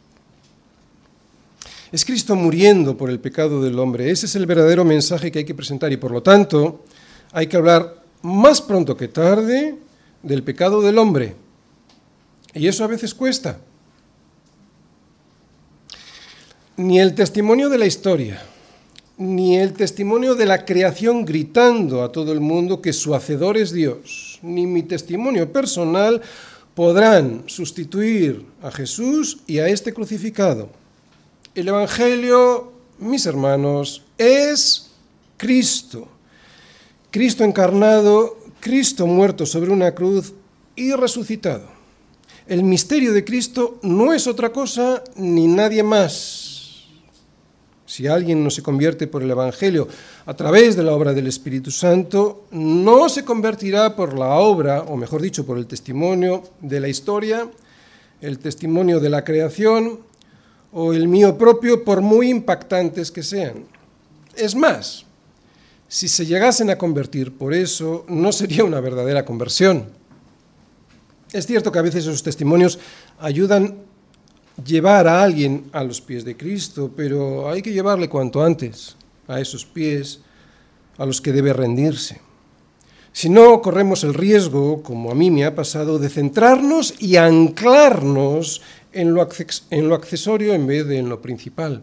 Speaker 1: Es Cristo muriendo por el pecado del hombre. Ese es el verdadero mensaje que hay que presentar y por lo tanto hay que hablar más pronto que tarde del pecado del hombre. Y eso a veces cuesta. Ni el testimonio de la historia, ni el testimonio de la creación gritando a todo el mundo que su hacedor es Dios, ni mi testimonio personal podrán sustituir a Jesús y a este crucificado. El Evangelio, mis hermanos, es Cristo. Cristo encarnado, Cristo muerto sobre una cruz y resucitado. El misterio de Cristo no es otra cosa ni nadie más. Si alguien no se convierte por el Evangelio a través de la obra del Espíritu Santo, no se convertirá por la obra, o mejor dicho, por el testimonio de la historia, el testimonio de la creación, o el mío propio, por muy impactantes que sean. Es más, si se llegasen a convertir por eso, no sería una verdadera conversión. Es cierto que a veces esos testimonios ayudan llevar a alguien a los pies de Cristo, pero hay que llevarle cuanto antes a esos pies a los que debe rendirse. Si no, corremos el riesgo, como a mí me ha pasado, de centrarnos y anclarnos en lo, acces- en lo accesorio en vez de en lo principal.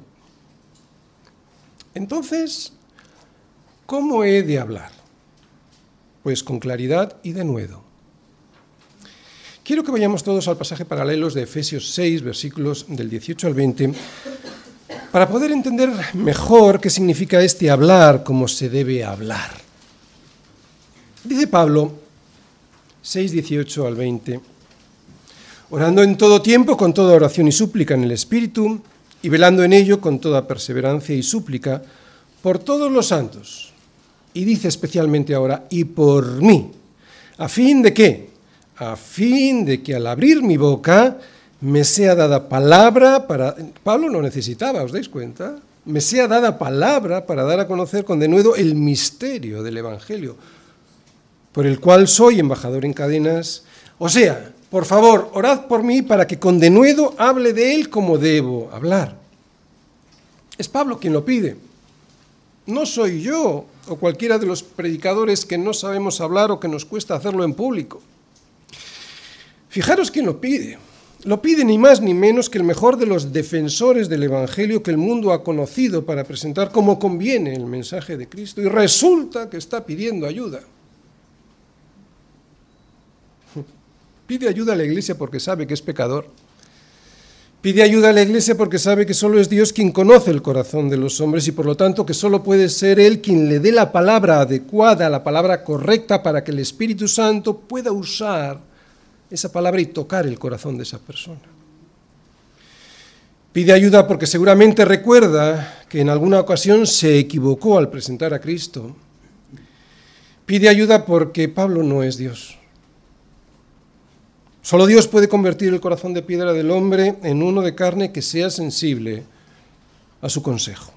Speaker 1: Entonces, ¿cómo he de hablar? Pues con claridad y denuedo. Quiero que vayamos todos al pasaje paralelos de Efesios seis, versículos del dieciocho al veinte, para poder entender mejor qué significa este hablar como se debe hablar. Dice Pablo, seis, dieciocho al veinte, orando en todo tiempo con toda oración y súplica en el Espíritu, y velando en ello con toda perseverancia y súplica por todos los santos. Y dice especialmente ahora, y por mí, ¿a fin de qué? A fin de que al abrir mi boca me sea dada palabra para... Pablo no necesitaba, ¿os dais cuenta? Me sea dada palabra para dar a conocer con denuedo el misterio del Evangelio, por el cual soy embajador en cadenas. O sea, por favor, orad por mí para que con denuedo hable de él como debo hablar. Es Pablo quien lo pide. No soy yo o cualquiera de los predicadores que no sabemos hablar o que nos cuesta hacerlo en público. Fijaros quién lo pide. Lo pide ni más ni menos que el mejor de los defensores del Evangelio que el mundo ha conocido para presentar como conviene el mensaje de Cristo, y resulta que está pidiendo ayuda. Pide ayuda a la Iglesia porque sabe que es pecador. Pide ayuda a la Iglesia porque sabe que solo es Dios quien conoce el corazón de los hombres y por lo tanto que solo puede ser Él quien le dé la palabra adecuada, la palabra correcta para que el Espíritu Santo pueda usar esa palabra y tocar el corazón de esa persona. Pide ayuda porque seguramente recuerda que en alguna ocasión se equivocó al presentar a Cristo. Pide ayuda porque Pablo no es Dios. Solo Dios puede convertir el corazón de piedra del hombre en uno de carne que sea sensible a su consejo.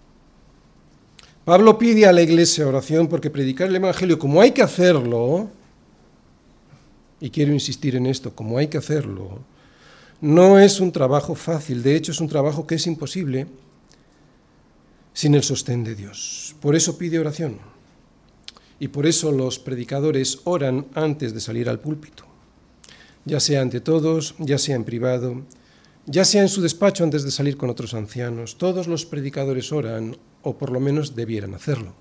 Speaker 1: Pablo pide a la Iglesia oración porque predicar el Evangelio como hay que hacerlo, y quiero insistir en esto, como hay que hacerlo, no es un trabajo fácil, de hecho es un trabajo que es imposible sin el sostén de Dios. Por eso pide oración, y por eso los predicadores oran antes de salir al púlpito, ya sea ante todos, ya sea en privado, ya sea en su despacho antes de salir con otros ancianos. Todos los predicadores oran, o por lo menos debieran hacerlo.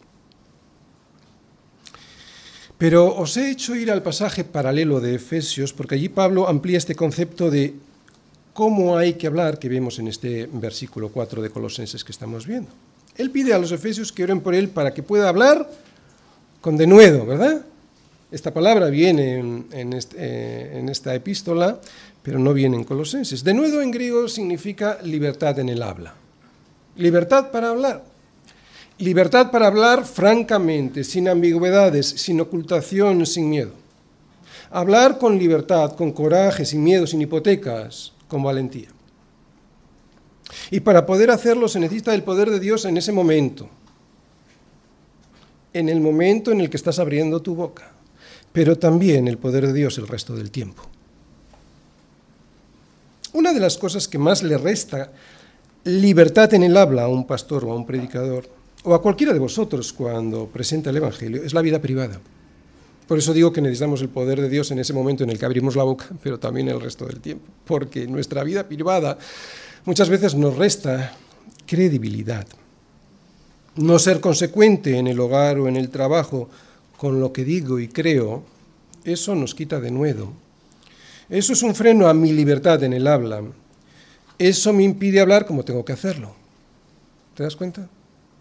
Speaker 1: Pero os he hecho ir al pasaje paralelo de Efesios, porque allí Pablo amplía este concepto de cómo hay que hablar, que vemos en este versículo cuatro de Colosenses que estamos viendo. Él pide a los efesios que oren por él para que pueda hablar con denuedo, ¿verdad? Esta palabra viene en, en, este, eh, en esta epístola, pero no viene en Colosenses. Denuedo en griego significa libertad en el habla. Libertad para hablar. Libertad para hablar francamente, sin ambigüedades, sin ocultación, sin miedo. Hablar con libertad, con coraje, sin miedo, sin hipotecas, con valentía. Y para poder hacerlo se necesita el poder de Dios en ese momento, en el momento en el que estás abriendo tu boca, pero también el poder de Dios el resto del tiempo. Una de las cosas que más le resta libertad en el habla a un pastor o a un predicador, o a cualquiera de vosotros cuando presenta el Evangelio, es la vida privada. Por eso digo que necesitamos el poder de Dios en ese momento en el que abrimos la boca, pero también el resto del tiempo, porque nuestra vida privada muchas veces nos resta credibilidad. No ser consecuente en el hogar o en el trabajo con lo que digo y creo, eso nos quita denuedo. Eso es un freno a mi libertad en el habla. Eso me impide hablar como tengo que hacerlo. ¿Te das cuenta?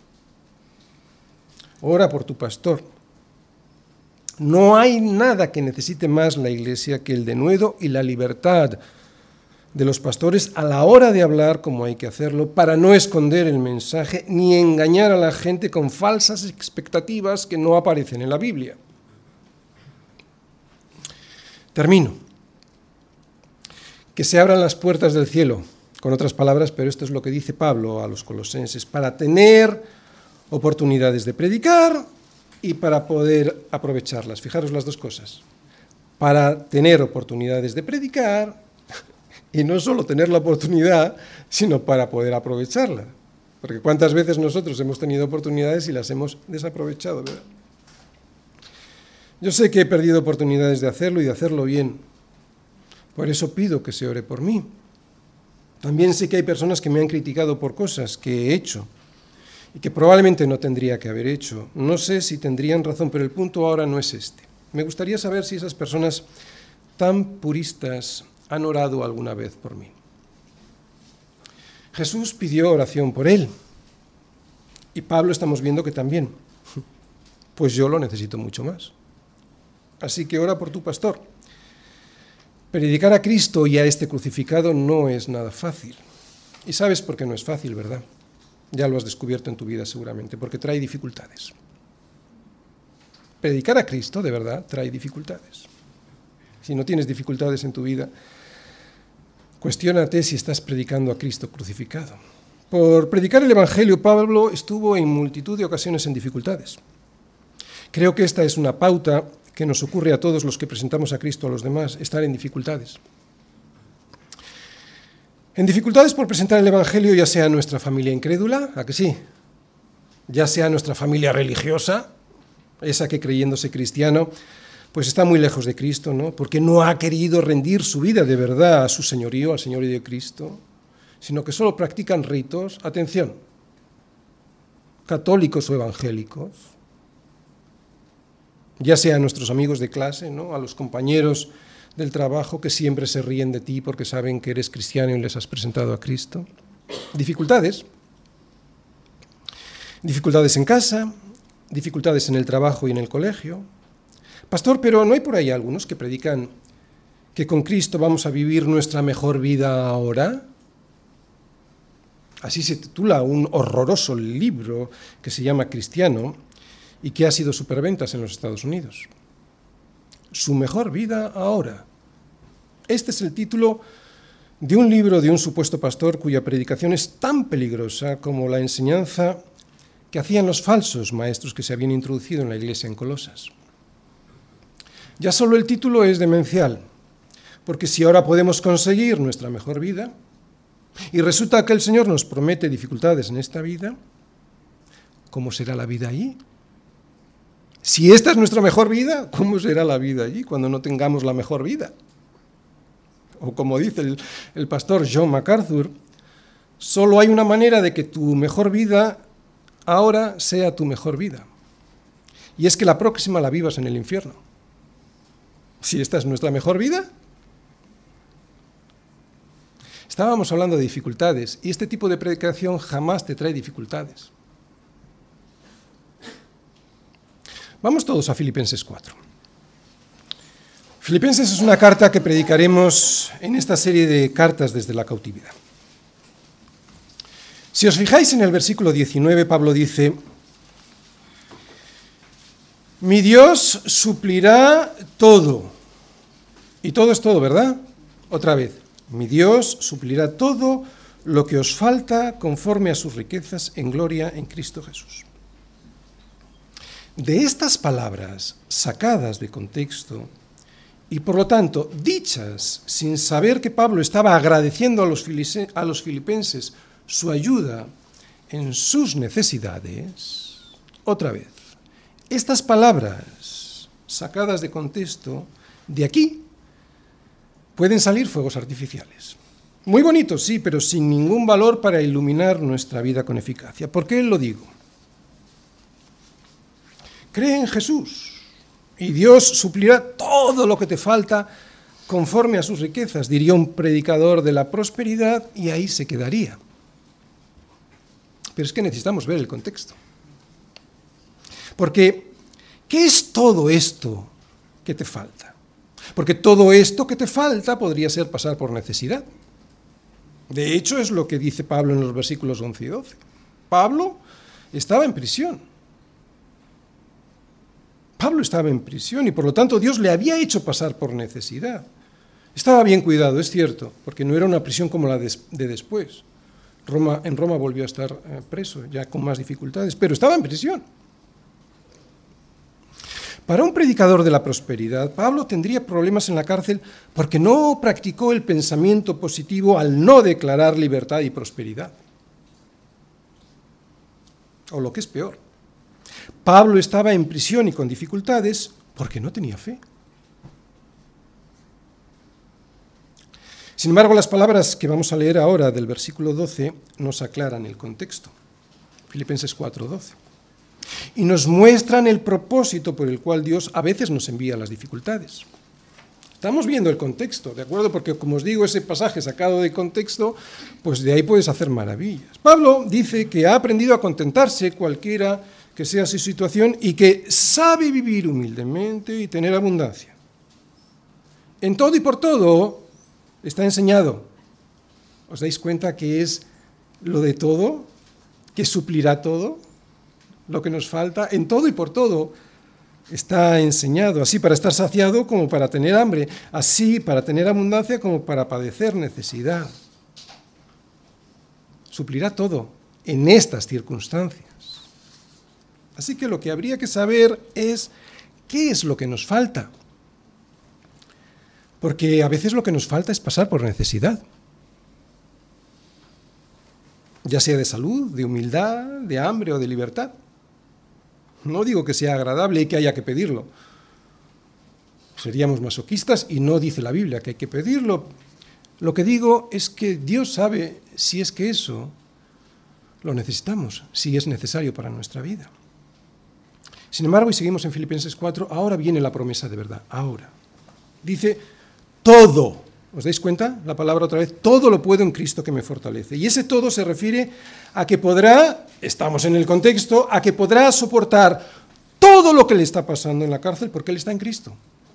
Speaker 1: Ora por tu pastor. No hay nada que necesite más la Iglesia que el denuedo y la libertad de los pastores a la hora de hablar como hay que hacerlo, para no esconder el mensaje ni engañar a la gente con falsas expectativas que no aparecen en la Biblia. Termino. Que se abran las puertas del cielo, con otras palabras, pero esto es lo que dice Pablo a los colosenses, para tener oportunidades de predicar y para poder aprovecharlas. Fijaros las dos cosas. Para tener oportunidades de predicar y no solo tener la oportunidad, sino para poder aprovecharla. Porque cuántas veces nosotros hemos tenido oportunidades y las hemos desaprovechado, ¿verdad? Yo sé que he perdido oportunidades de hacerlo y de hacerlo bien. Por eso pido que se ore por mí. También sé que hay personas que me han criticado por cosas que he hecho y que probablemente no tendría que haber hecho. No sé si tendrían razón, pero el punto ahora no es este. Me gustaría saber si esas personas tan puristas han orado alguna vez por mí. Jesús pidió oración por él. Y Pablo estamos viendo que también. Pues yo lo necesito mucho más. Así que ora por tu pastor. Predicar a Cristo y a este crucificado no es nada fácil. Y sabes por qué no es fácil, ¿verdad? Ya lo has descubierto en tu vida seguramente, porque trae dificultades. Predicar a Cristo, de verdad, trae dificultades. Si no tienes dificultades en tu vida, cuestiónate si estás predicando a Cristo crucificado. Por predicar el Evangelio, Pablo estuvo en multitud de ocasiones en dificultades. Creo que esta es una pauta que nos ocurre a todos los que presentamos a Cristo a los demás, estar en dificultades. En dificultades por presentar el Evangelio, ya sea nuestra familia incrédula, ¿a que sí? Ya sea nuestra familia religiosa, esa que creyéndose cristiano, pues está muy lejos de Cristo, ¿no? Porque no ha querido rendir su vida de verdad a su señorío, al señorío de Cristo, sino que solo practican ritos, atención, católicos o evangélicos, ya sea a nuestros amigos de clase, ¿no? A los compañeros del trabajo que siempre se ríen de ti porque saben que eres cristiano y les has presentado a Cristo. Dificultades. Dificultades en casa, dificultades en el trabajo y en el colegio. Pastor, pero ¿no hay por ahí algunos que predican que con Cristo vamos a vivir nuestra mejor vida ahora? Así se titula un horroroso libro que se llama Cristiano y que ha sido superventas en los Estados Unidos. Su mejor vida ahora. Este es el título de un libro de un supuesto pastor cuya predicación es tan peligrosa como la enseñanza que hacían los falsos maestros que se habían introducido en la iglesia en Colosas. Ya solo el título es demencial, porque si ahora podemos conseguir nuestra mejor vida, y resulta que el Señor nos promete dificultades en esta vida, ¿cómo será la vida allí? Si esta es nuestra mejor vida, ¿cómo será la vida allí cuando no tengamos la mejor vida? O como dice el, el pastor John MacArthur, solo hay una manera de que tu mejor vida ahora sea tu mejor vida. Y es que la próxima la vivas en el infierno. Si esta es nuestra mejor vida. Estábamos hablando de dificultades y este tipo de predicación jamás te trae dificultades. Vamos todos a Filipenses cuatro. Filipenses es una carta que predicaremos en esta serie de cartas desde la cautividad. Si os fijáis en el versículo diecinueve, Pablo dice: mi Dios suplirá todo. Y todo es todo, ¿verdad? Otra vez. Mi Dios suplirá todo lo que os falta conforme a sus riquezas en gloria en Cristo Jesús. De estas palabras sacadas de contexto y por lo tanto dichas sin saber que Pablo estaba agradeciendo a los, filise, a los filipenses su ayuda en sus necesidades, otra vez, estas palabras sacadas de contexto, de aquí pueden salir fuegos artificiales. Muy bonitos, sí, pero sin ningún valor para iluminar nuestra vida con eficacia. ¿Por qué lo digo? Cree en Jesús y Dios suplirá todo lo que te falta conforme a sus riquezas, diría un predicador de la prosperidad, y ahí se quedaría. Pero es que necesitamos ver el contexto. Porque, ¿qué es todo esto que te falta? Porque todo esto que te falta podría ser pasar por necesidad. De hecho, es lo que dice Pablo en los versículos once y doce. Pablo estaba en prisión. Pablo estaba en prisión y por lo tanto Dios le había hecho pasar por necesidad. Estaba bien cuidado, es cierto, porque no era una prisión como la de, de después. Roma, en Roma volvió a estar eh, preso, ya con más dificultades, pero estaba en prisión. Para un predicador de la prosperidad, Pablo tendría problemas en la cárcel porque no practicó el pensamiento positivo al no declarar libertad y prosperidad. O lo que es peor, Pablo estaba en prisión y con dificultades porque no tenía fe. Sin embargo, las palabras que vamos a leer ahora del versículo doce nos aclaran el contexto. Filipenses cuatro, doce. Y nos muestran el propósito por el cual Dios a veces nos envía las dificultades. Estamos viendo el contexto, ¿de acuerdo? Porque, como os digo, ese pasaje sacado de contexto, pues de ahí puedes hacer maravillas. Pablo dice que ha aprendido a contentarse cualquiera que sea su situación y que sabe vivir humildemente y tener abundancia. En todo y por todo está enseñado. ¿Os dais cuenta que es lo de todo? ¿Que suplirá todo lo que nos falta? En todo y por todo está enseñado, así para estar saciado como para tener hambre, así para tener abundancia como para padecer necesidad. Suplirá todo en estas circunstancias. Así que lo que habría que saber es qué es lo que nos falta. Porque a veces lo que nos falta es pasar por necesidad. Ya sea de salud, de humildad, de hambre o de libertad. No digo que sea agradable y que haya que pedirlo. Seríamos masoquistas y no dice la Biblia que hay que pedirlo. Lo que digo es que Dios sabe si es que eso lo necesitamos, si es necesario para nuestra vida. Sin embargo, y seguimos en Filipenses cuatro, ahora viene la promesa de verdad, ahora. Dice, todo, ¿os dais cuenta? La palabra otra vez, todo lo puedo en Cristo que me fortalece. Y ese todo se refiere a que podrá, estamos en el contexto, a que podrá soportar todo lo que le está pasando en la cárcel porque Él está en Cristo.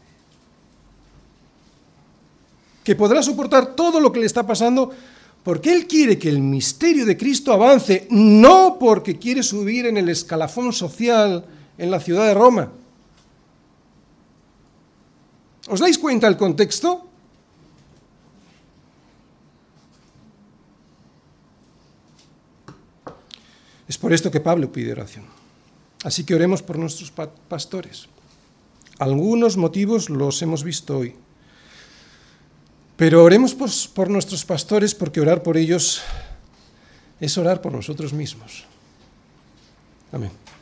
Speaker 1: Que podrá soportar todo lo que le está pasando porque Él quiere que el misterio de Cristo avance, no porque quiere subir en el escalafón social en la ciudad de Roma. ¿Os dais cuenta del contexto? Es por esto que Pablo pide oración. Así que oremos por nuestros pa- pastores. Algunos motivos los hemos visto hoy. Pero oremos pues, por nuestros pastores porque orar por ellos es orar por nosotros mismos. Amén.